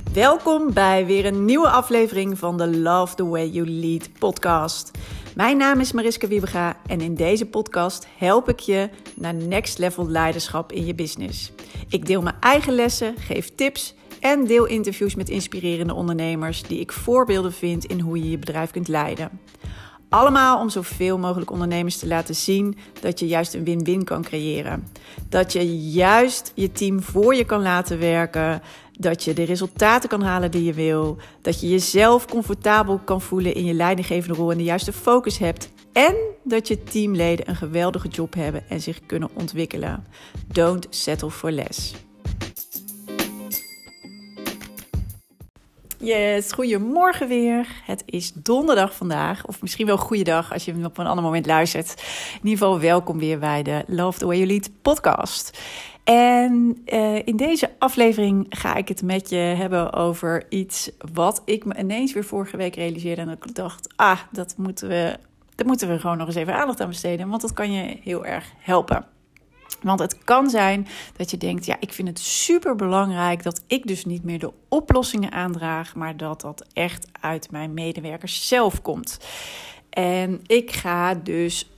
Welkom bij weer een nieuwe aflevering van de Love the Way You Lead podcast. Mijn naam is Mariska Wiebega en in deze podcast help ik je naar next level leiderschap in je business. Ik deel mijn eigen lessen, geef tips en deel interviews met inspirerende ondernemers die ik voorbeelden vind in hoe je je bedrijf kunt leiden. Allemaal om zoveel mogelijk ondernemers te laten zien dat je juist een win-win kan creëren. Dat je juist je team voor je kan laten werken. Dat je de resultaten kan halen die je wil. Dat je jezelf comfortabel kan voelen in je leidinggevende rol en de juiste focus hebt. En dat je teamleden een geweldige job hebben en zich kunnen ontwikkelen. Don't settle for less. Yes, goedemorgen weer. Het is donderdag vandaag, of misschien wel goeiedag als je hem op een ander moment luistert. In ieder geval welkom weer bij de Love the Way You Lead podcast. En in deze aflevering ga ik het met je hebben over iets wat ik me ineens weer vorige week realiseerde. En dat ik dacht, daar moeten we gewoon nog eens even aandacht aan besteden, want dat kan je heel erg helpen. Want het kan zijn dat je denkt, ik vind het super belangrijk dat ik dus niet meer de oplossingen aandraag, maar dat dat echt uit mijn medewerkers zelf komt. En ik ga dus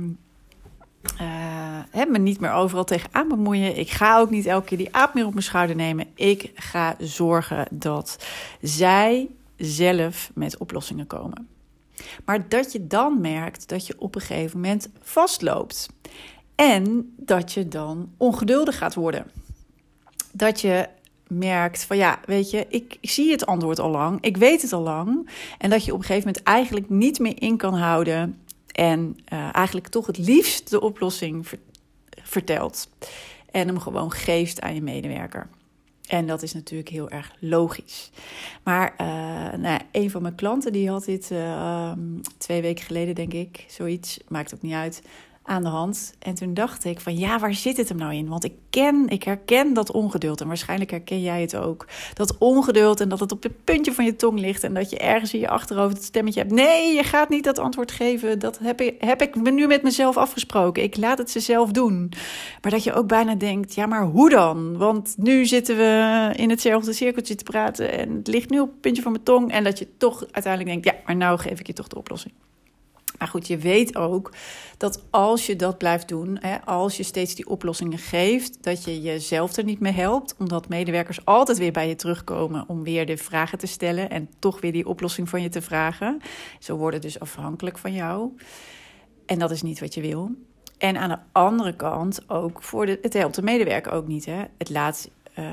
me niet meer overal tegenaan bemoeien. Ik ga ook niet elke keer die aap meer op mijn schouder nemen. Ik ga zorgen dat zij zelf met oplossingen komen. Maar dat je dan merkt dat je op een gegeven moment vastloopt. En dat je dan ongeduldig gaat worden. Dat je merkt van ik zie het antwoord al lang. Ik weet het al lang. En dat je op een gegeven moment eigenlijk niet meer in kan houden. En eigenlijk toch het liefst de oplossing vertelt. En hem gewoon geeft aan je medewerker. En dat is natuurlijk heel erg logisch. Maar een van mijn klanten die had dit 2 weken geleden, denk ik. Zoiets, maakt ook niet uit. Aan de hand. En toen dacht ik van waar zit het hem nou in? Want ik herken dat ongeduld. En waarschijnlijk herken jij het ook. Dat ongeduld en dat het op het puntje van je tong ligt. En dat je ergens in je achterhoofd het stemmetje hebt. Nee, je gaat niet dat antwoord geven. Dat heb ik nu met mezelf afgesproken. Ik laat het ze zelf doen. Maar dat je ook bijna denkt, maar hoe dan? Want nu zitten we in hetzelfde cirkeltje te praten. En het ligt nu op het puntje van mijn tong. En dat je toch uiteindelijk denkt, maar nou geef ik je toch de oplossing. Maar goed, je weet ook dat als je dat blijft doen, als je steeds die oplossingen geeft, dat je jezelf er niet mee helpt, omdat medewerkers altijd weer bij je terugkomen om weer de vragen te stellen en toch weer die oplossing van je te vragen. Ze worden dus afhankelijk van jou. En dat is niet wat je wil. En aan de andere kant ook, het helpt de medewerker ook niet. Het laat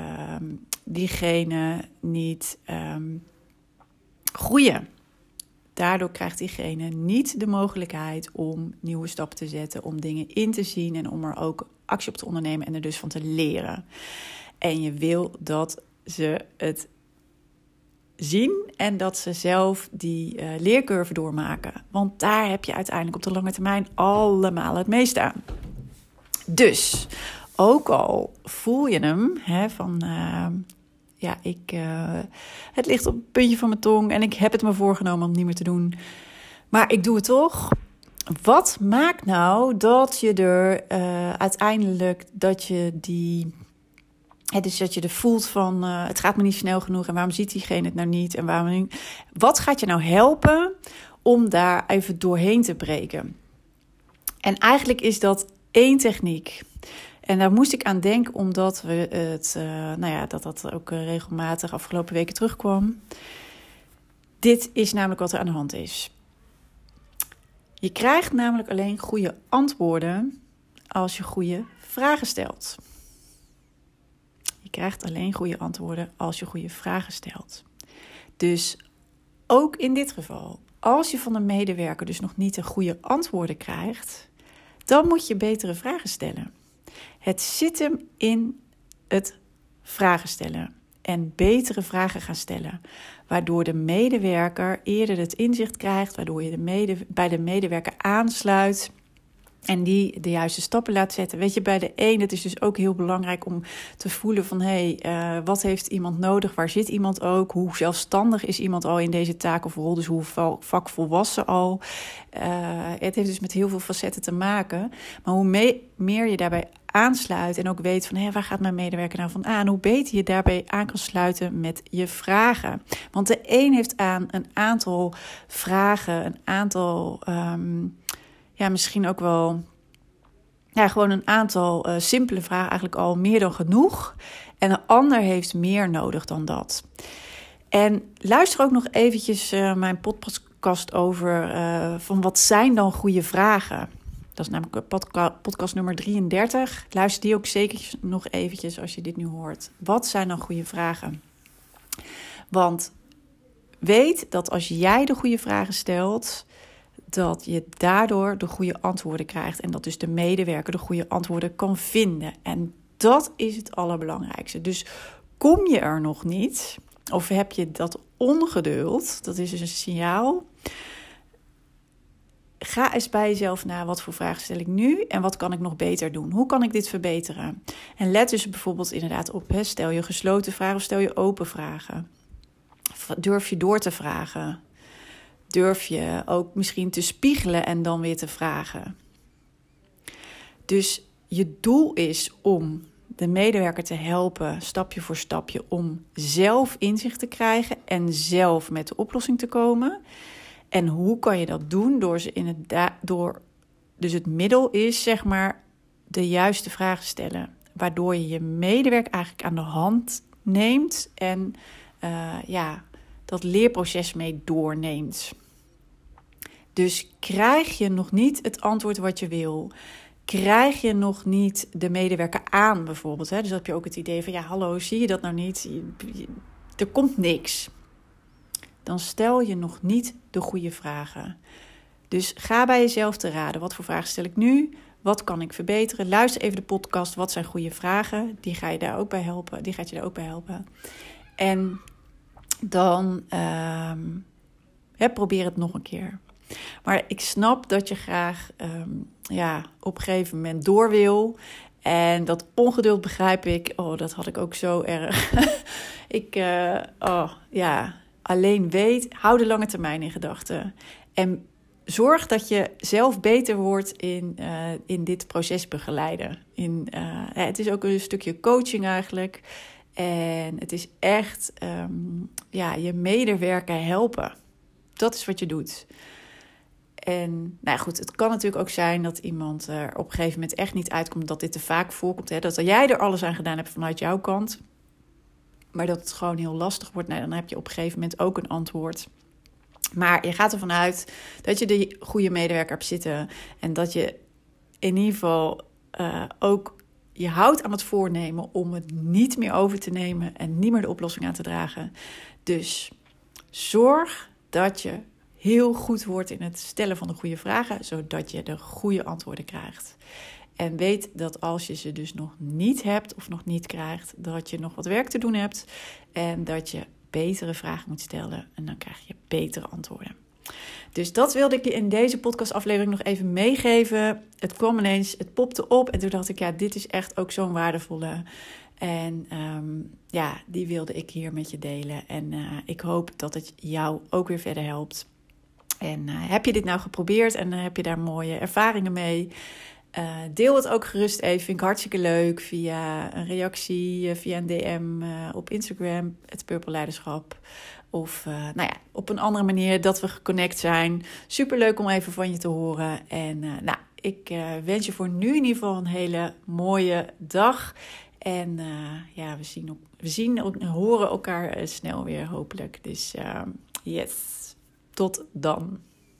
diegene niet groeien. Daardoor krijgt diegene niet de mogelijkheid om nieuwe stappen te zetten, om dingen in te zien en om er ook actie op te ondernemen en er dus van te leren. En je wil dat ze het zien en dat ze zelf die leercurve doormaken. Want daar heb je uiteindelijk op de lange termijn allemaal het meeste aan. Dus, ook al voel je hem het ligt op het puntje van mijn tong en ik heb het me voorgenomen om het niet meer te doen. Maar ik doe het toch. Wat maakt nou dat je er uiteindelijk, dat je er voelt van het gaat me niet snel genoeg en waarom ziet diegene het nou niet? En waarom niet? Wat gaat je nou helpen om daar even doorheen te breken? En eigenlijk is dat 1 techniek. En daar moest ik aan denken omdat dat ook regelmatig afgelopen weken terugkwam. Dit is namelijk wat er aan de hand is. Je krijgt namelijk alleen goede antwoorden als je goede vragen stelt. Je krijgt alleen goede antwoorden als je goede vragen stelt. Dus ook in dit geval, als je van een medewerker dus nog niet de goede antwoorden krijgt, dan moet je betere vragen stellen. Het zit hem in het vragen stellen en betere vragen gaan stellen. Waardoor de medewerker eerder het inzicht krijgt, waardoor je bij de medewerker aansluit en die de juiste stappen laat zetten. Weet je, bij de een, het is dus ook heel belangrijk om te voelen van wat heeft iemand nodig? Waar zit iemand ook? Hoe zelfstandig is iemand al in deze taak of rol? Dus hoe vakvolwassen het heeft dus met heel veel facetten te maken. Maar hoe meer je daarbij aansluit en ook weet van waar gaat mijn medewerker nou van aan, hoe beter je daarbij aan kan sluiten met je vragen. Want de een heeft een aantal vragen, een aantal, misschien ook wel, gewoon een aantal simpele vragen eigenlijk al meer dan genoeg. En de ander heeft meer nodig dan dat. En luister ook nog eventjes mijn podcast over van wat zijn dan goede vragen. Dat is namelijk podcast nummer 33. Luister die ook zeker nog eventjes als je dit nu hoort. Wat zijn dan goede vragen? Want weet dat als jij de goede vragen stelt, dat je daardoor de goede antwoorden krijgt. En dat dus de medewerker de goede antwoorden kan vinden. En dat is het allerbelangrijkste. Dus kom je er nog niet, of heb je dat ongeduld, dat is dus een signaal. Ga eens bij jezelf na, wat voor vragen stel ik nu en wat kan ik nog beter doen? Hoe kan ik dit verbeteren? En let dus bijvoorbeeld inderdaad op, stel je gesloten vragen of stel je open vragen. Durf je door te vragen? Durf je ook misschien te spiegelen en dan weer te vragen? Dus je doel is om de medewerker te helpen, stapje voor stapje, om zelf inzicht te krijgen en zelf met de oplossing te komen. En hoe kan je dat doen? Dus het middel is, de juiste vragen stellen. Waardoor je je medewerker eigenlijk aan de hand neemt en dat leerproces mee doorneemt. Dus krijg je nog niet het antwoord wat je wil, krijg je nog niet de medewerker aan bijvoorbeeld. Dus dan heb je ook het idee van, hallo, zie je dat nou niet? Er komt niks. Dan stel je nog niet de goede vragen. Dus ga bij jezelf te raden. Wat voor vragen stel ik nu? Wat kan ik verbeteren? Luister even de podcast. Wat zijn goede vragen? Die gaat je daar ook bij helpen. En dan probeer het nog een keer. Maar ik snap dat je graag op een gegeven moment door wil. En dat ongeduld begrijp ik. Oh, dat had ik ook zo erg. Alleen weet, hou de lange termijn in gedachten. En zorg dat je zelf beter wordt in dit proces begeleiden. Het is ook een stukje coaching eigenlijk. En het is echt je medewerker helpen. Dat is wat je doet. En het kan natuurlijk ook zijn dat iemand er op een gegeven moment echt niet uitkomt, dat dit te vaak voorkomt. Dat jij er alles aan gedaan hebt vanuit jouw kant, maar dat het gewoon heel lastig wordt. Dan heb je op een gegeven moment ook een antwoord. Maar je gaat ervan uit dat je de goede medewerker hebt zitten en dat je in ieder geval ook je houdt aan het voornemen om het niet meer over te nemen en niet meer de oplossing aan te dragen. Dus zorg dat je heel goed wordt in het stellen van de goede vragen, zodat je de goede antwoorden krijgt. En weet dat als je ze dus nog niet hebt of nog niet krijgt, dat je nog wat werk te doen hebt en dat je betere vragen moet stellen en dan krijg je betere antwoorden. Dus dat wilde ik je in deze podcastaflevering nog even meegeven. Het kwam ineens, het popte op en toen dacht ik, dit is echt ook zo'n waardevolle. En die wilde ik hier met je delen. En ik hoop dat het jou ook weer verder helpt. En heb je dit nou geprobeerd en heb je daar mooie ervaringen mee? Deel het ook gerust even, vind ik hartstikke leuk, via een reactie, via een DM op Instagram, het Purple Leiderschap. Of op een andere manier dat we geconnect zijn. Superleuk om even van je te horen. En ik wens je voor nu in ieder geval een hele mooie dag. En we zien en horen elkaar snel weer hopelijk. Dus yes, tot dan.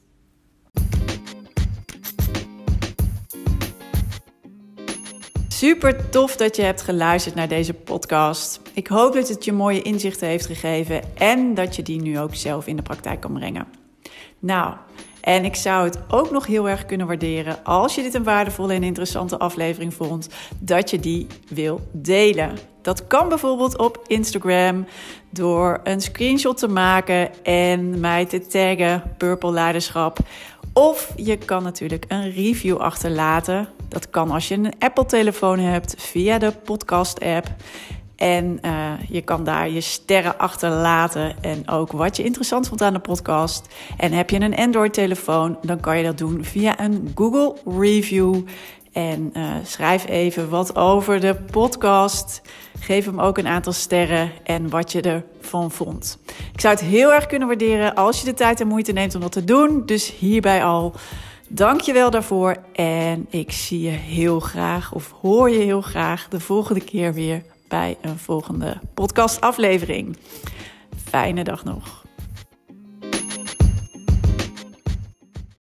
Super tof dat je hebt geluisterd naar deze podcast. Ik hoop dat het je mooie inzichten heeft gegeven en dat je die nu ook zelf in de praktijk kan brengen. En ik zou het ook nog heel erg kunnen waarderen als je dit een waardevolle en interessante aflevering vond, dat je die wil delen. Dat kan bijvoorbeeld op Instagram door een screenshot te maken en mij te taggen, Purple Leiderschap. Of je kan natuurlijk een review achterlaten. Dat kan als je een Apple-telefoon hebt via de podcast-app. En je kan daar je sterren achterlaten en ook wat je interessant vond aan de podcast. En heb je een Android-telefoon, dan kan je dat doen via een Google Review. En schrijf even wat over de podcast. Geef hem ook een aantal sterren en wat je ervan vond. Ik zou het heel erg kunnen waarderen als je de tijd en moeite neemt om dat te doen. Dus hierbij al, dank je wel daarvoor. En ik zie je heel graag, of hoor je heel graag, de volgende keer weer bij een volgende podcastaflevering. Fijne dag nog.